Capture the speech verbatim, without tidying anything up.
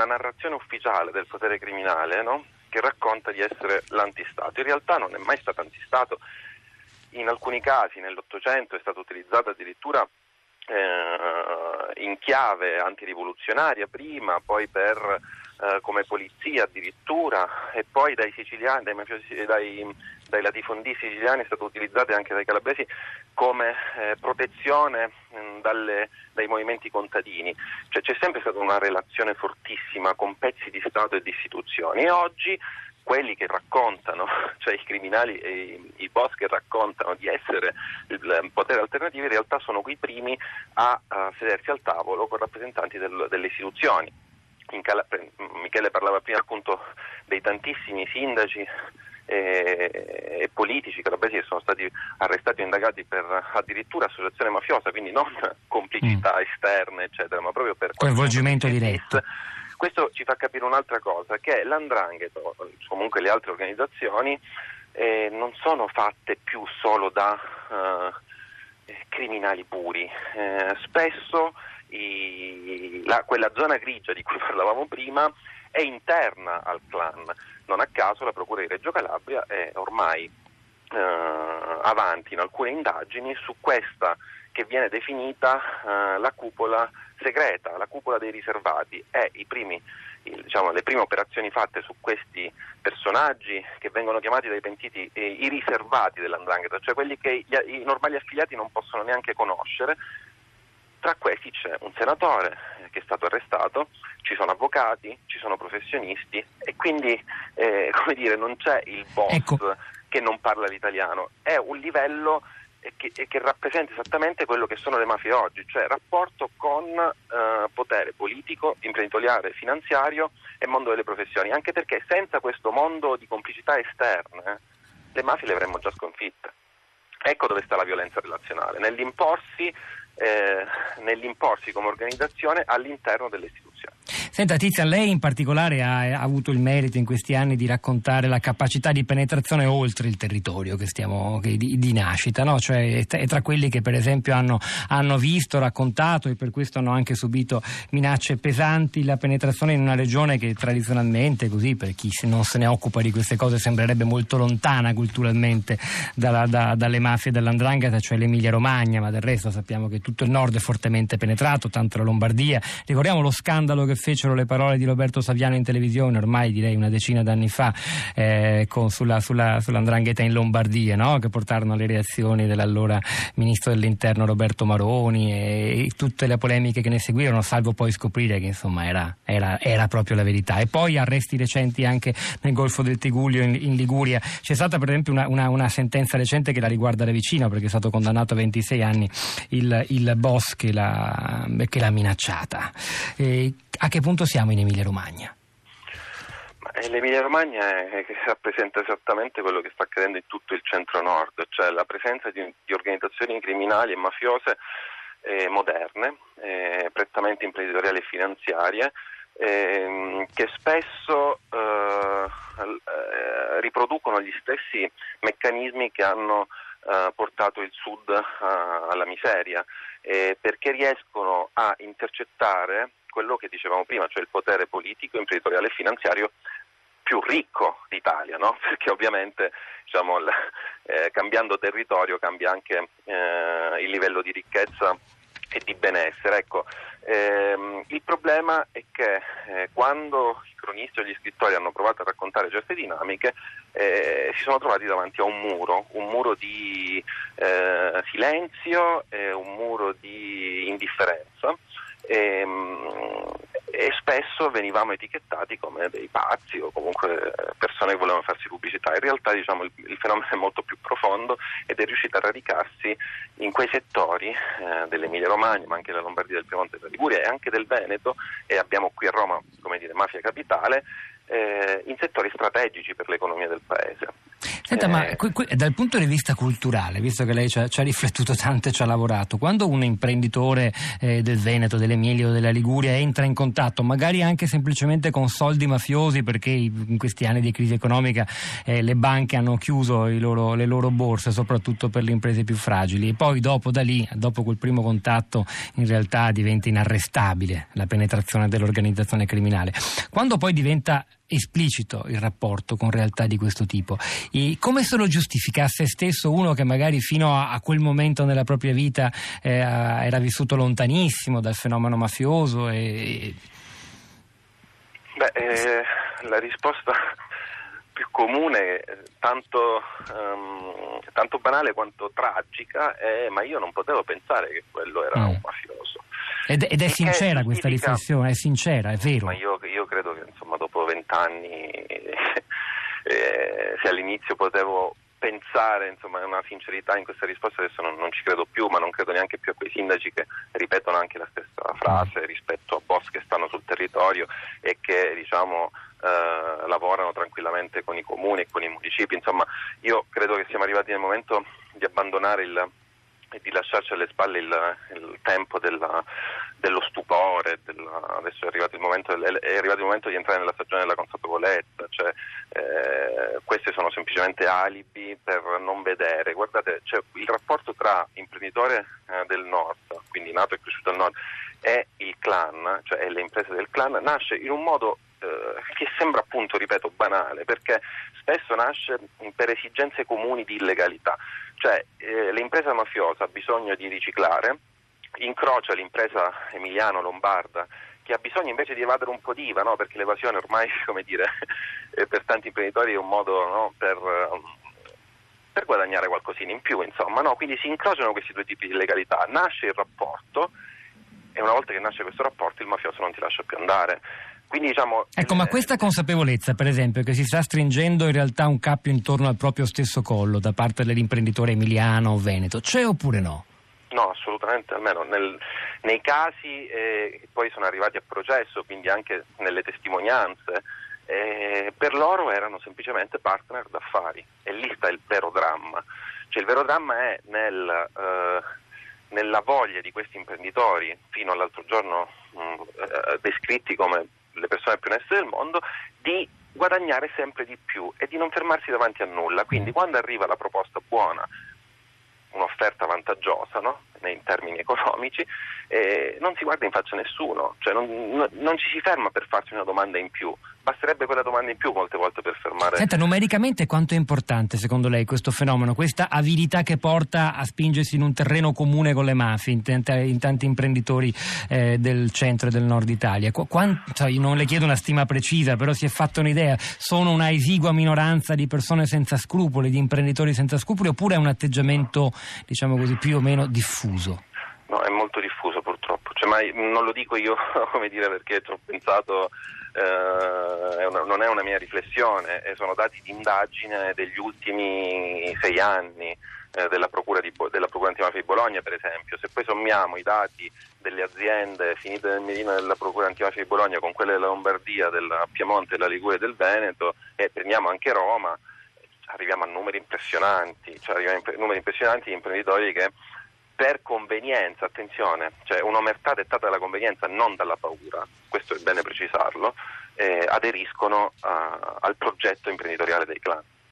una narrazione ufficiale del potere criminale, no? Che racconta di essere l'antistato. In realtà non è mai stato antistato. In alcuni casi nell'Ottocento è stato utilizzato addirittura eh, in chiave antirivoluzionaria prima, poi per eh, come polizia addirittura, e poi dai siciliani, dai mafiosi, dai, dai latifondisti siciliani è stato utilizzato anche dai calabresi come eh, protezione mh, dalle, dai movimenti contadini. Cioè c'è sempre stata una relazione fortissima con pezzi di Stato e di istituzioni, e oggi quelli che raccontano, cioè i criminali e i, i boss che raccontano di essere il potere alternativo, in realtà sono quei primi a, a sedersi al tavolo con rappresentanti del, delle istituzioni. In Cala- Michele parlava prima appunto dei tantissimi sindaci e, e politici calabresi che sono stati arrestati e indagati per addirittura associazione mafiosa, quindi non complicità mm. esterne eccetera, ma proprio per coinvolgimento diretto. Questo ci fa capire un'altra cosa, che l'Andrangheta, comunque le altre organizzazioni, eh, non sono fatte più solo da eh, criminali puri. Eh, spesso i, la, quella zona grigia di cui parlavamo prima è interna al clan. Non a caso la Procura di Reggio Calabria è ormai eh, avanti in alcune indagini su questa che viene definita eh, la cupola segreta, la cupola dei riservati. È i primi, il, diciamo, le prime operazioni fatte su questi personaggi che vengono chiamati dai pentiti eh, i riservati dell'Andrangheta, cioè quelli che gli, i normali affiliati non possono neanche conoscere. Tra questi c'è un senatore eh, che è stato arrestato, ci sono avvocati, ci sono professionisti, e quindi eh, come dire, non c'è il boss ecco. che non parla l'italiano, è un livello E che, e che rappresenta esattamente quello che sono le mafie oggi, cioè rapporto con eh, potere politico, imprenditoriale, finanziario e mondo delle professioni, anche perché senza questo mondo di complicità esterne le mafie le avremmo già sconfitte. Ecco dove sta la violenza relazionale, nell'imporsi, eh, nell'imporsi come organizzazione all'interno delle istituzioni. Senta Tizian, lei in particolare ha, ha avuto il merito in questi anni di raccontare la capacità di penetrazione oltre il territorio che stiamo che, di, di nascita, no? Cioè è, è tra quelli che per esempio hanno, hanno visto, raccontato e per questo hanno anche subito minacce pesanti la penetrazione in una regione che tradizionalmente, così per chi non se ne occupa di queste cose, sembrerebbe molto lontana culturalmente dalla, da, dalle mafie dell'Andrangheta, cioè l'Emilia Romagna, ma del resto sappiamo che tutto il nord è fortemente penetrato, tanto la Lombardia. Ricordiamo lo scandalo che fecero le parole di Roberto Saviano in televisione ormai direi una decina d'anni fa eh, con, sulla, sulla, sull'Andrangheta in Lombardia, no? Che portarono le reazioni dell'allora ministro dell'interno Roberto Maroni e, e tutte le polemiche che ne seguirono, salvo poi scoprire che insomma era, era, era proprio la verità. E poi arresti recenti anche nel Golfo del Tigullio in, in Liguria. C'è stata per esempio una, una, una sentenza recente che la riguarda da vicino, perché è stato condannato a ventisei anni il, il boss che l'ha, che l'ha minacciata. E a che punto siamo in Emilia Romagna? L'Emilia Romagna è, che rappresenta esattamente quello che sta accadendo in tutto il centro-nord, cioè la presenza di, di organizzazioni criminali e mafiose eh, moderne, eh, prettamente imprenditoriali e finanziarie, eh, che spesso eh, eh, riproducono gli stessi meccanismi che hanno eh, portato il Sud a, alla miseria, eh, perché riescono a intercettare quello che dicevamo prima, cioè il potere politico, imprenditoriale e finanziario più ricco d'Italia, no? Perché ovviamente diciamo, l- eh, cambiando territorio cambia anche eh, il livello di ricchezza e di benessere. Ecco, ehm, il problema è che eh, quando i cronisti o gli scrittori hanno provato a raccontare certe dinamiche eh, si sono trovati davanti a un muro, un muro di eh, silenzio e un muro di indifferenza. E, e spesso venivamo etichettati come dei pazzi o comunque persone che volevano farsi pubblicità. In realtà diciamo, il, il fenomeno è molto più profondo ed è riuscito a radicarsi in quei settori eh, dell'Emilia Romagna, ma anche della Lombardia, del Piemonte, della Liguria e anche del Veneto, e abbiamo qui a Roma, come dire, mafia capitale, eh, in settori strategici per l'economia del paese. Senta, eh... ma qui, qui, dal punto di vista culturale, visto che lei ci ha, ci ha riflettuto tanto e ci ha lavorato, quando un imprenditore eh, del Veneto, dell'Emilia o della Liguria entra in contatto, magari anche semplicemente con soldi mafiosi, perché in questi anni di crisi economica eh, le banche hanno chiuso i loro, le loro borse, soprattutto per le imprese più fragili, e poi dopo da lì, dopo quel primo contatto, in realtà diventa inarrestabile la penetrazione dell'organizzazione criminale. Quando poi diventa esplicito il rapporto con realtà di questo tipo, e come se lo giustifica a se stesso uno che magari fino a, a quel momento nella propria vita eh, era vissuto lontanissimo dal fenomeno mafioso? E... Beh, eh, la risposta più comune, tanto, um, tanto banale quanto tragica, è: ma io non potevo pensare che quello era mm. un mafioso. Ed, ed è sincera è questa riflessione, è sincera, è vero. Ma io, io credo che insomma dopo vent'anni, eh, se all'inizio potevo pensare insomma a una sincerità in questa risposta, adesso non, non ci credo più, ma non credo neanche più a quei sindaci che ripetono anche la stessa frase rispetto a boss che stanno sul territorio e che diciamo eh, lavorano tranquillamente con i comuni e con i municipi. Insomma, io credo che siamo arrivati nel momento di abbandonare il e di lasciarci alle spalle il, il tempo della, dello stupore, della, adesso è arrivato il momento è arrivato il momento di entrare nella stagione della consapevolezza, cioè eh, queste sono semplicemente alibi per non vedere. Guardate, cioè, il rapporto tra imprenditore eh, del nord, quindi nato e cresciuto al nord, e il clan, cioè le imprese del clan, nasce in un modo eh, che sembra appunto, ripeto, banale, perché spesso nasce per esigenze comuni di illegalità. Cioè eh, l'impresa mafiosa ha bisogno di riciclare, incrocia l'impresa emiliano-lombarda che ha bisogno invece di evadere un po' di I V A, no? Perché l'evasione ormai, come dire, per tanti imprenditori è un modo, no? per, um, per guadagnare qualcosina in più, insomma, no? Quindi si incrociano questi due tipi di illegalità, nasce il rapporto e una volta che nasce questo rapporto il mafioso non ti lascia più andare. Quindi, diciamo, ecco, ma questa consapevolezza, per esempio, che si sta stringendo in realtà un cappio intorno al proprio stesso collo da parte dell'imprenditore emiliano o veneto, c'è oppure no? No, assolutamente, almeno nel, nei casi eh, che poi sono arrivati a processo, quindi anche nelle testimonianze, eh, per loro erano semplicemente partner d'affari, e lì sta il vero dramma. Cioè il vero dramma è nel, eh, nella voglia di questi imprenditori, fino all'altro giorno mh, eh, descritti come le persone più oneste del mondo, di guadagnare sempre di più e di non fermarsi davanti a nulla. Quindi quando arriva la proposta buona, un'offerta vantaggiosa, no? In termini economici, eh, non si guarda in faccia a nessuno, cioè non, non, non ci si ferma per farsi una domanda in più, basterebbe quella domanda in più molte volte per fermare. Senta, numericamente quanto è importante secondo lei questo fenomeno, questa avidità che porta a spingersi in un terreno comune con le mafie in, t- in tanti imprenditori eh, del centro e del nord Italia? Qu- quant- cioè, io non le chiedo una stima precisa, però si è fatta un'idea, sono una esigua minoranza di persone senza scrupoli, di imprenditori senza scrupoli, oppure è un atteggiamento, diciamo così, più o meno diffuso? No, è molto diffuso purtroppo, cioè, ma non lo dico io come dire perché ci ho pensato, eh, è una, non è una mia riflessione, eh, sono dati di indagine degli ultimi sei anni eh, della Procura di, della Procura Antimafia di Bologna, per esempio. Se poi sommiamo i dati delle aziende finite nel mirino della Procura Antimafia di Bologna con quelle della Lombardia, della Piemonte, della Liguria e del Veneto, e prendiamo anche Roma, arriviamo a numeri impressionanti, cioè arriviamo a numeri impressionanti di imprenditori che per convenienza, attenzione, cioè un'omertà dettata dalla convenienza, non dalla paura, questo è bene precisarlo, eh, aderiscono a, al progetto imprenditoriale dei clan.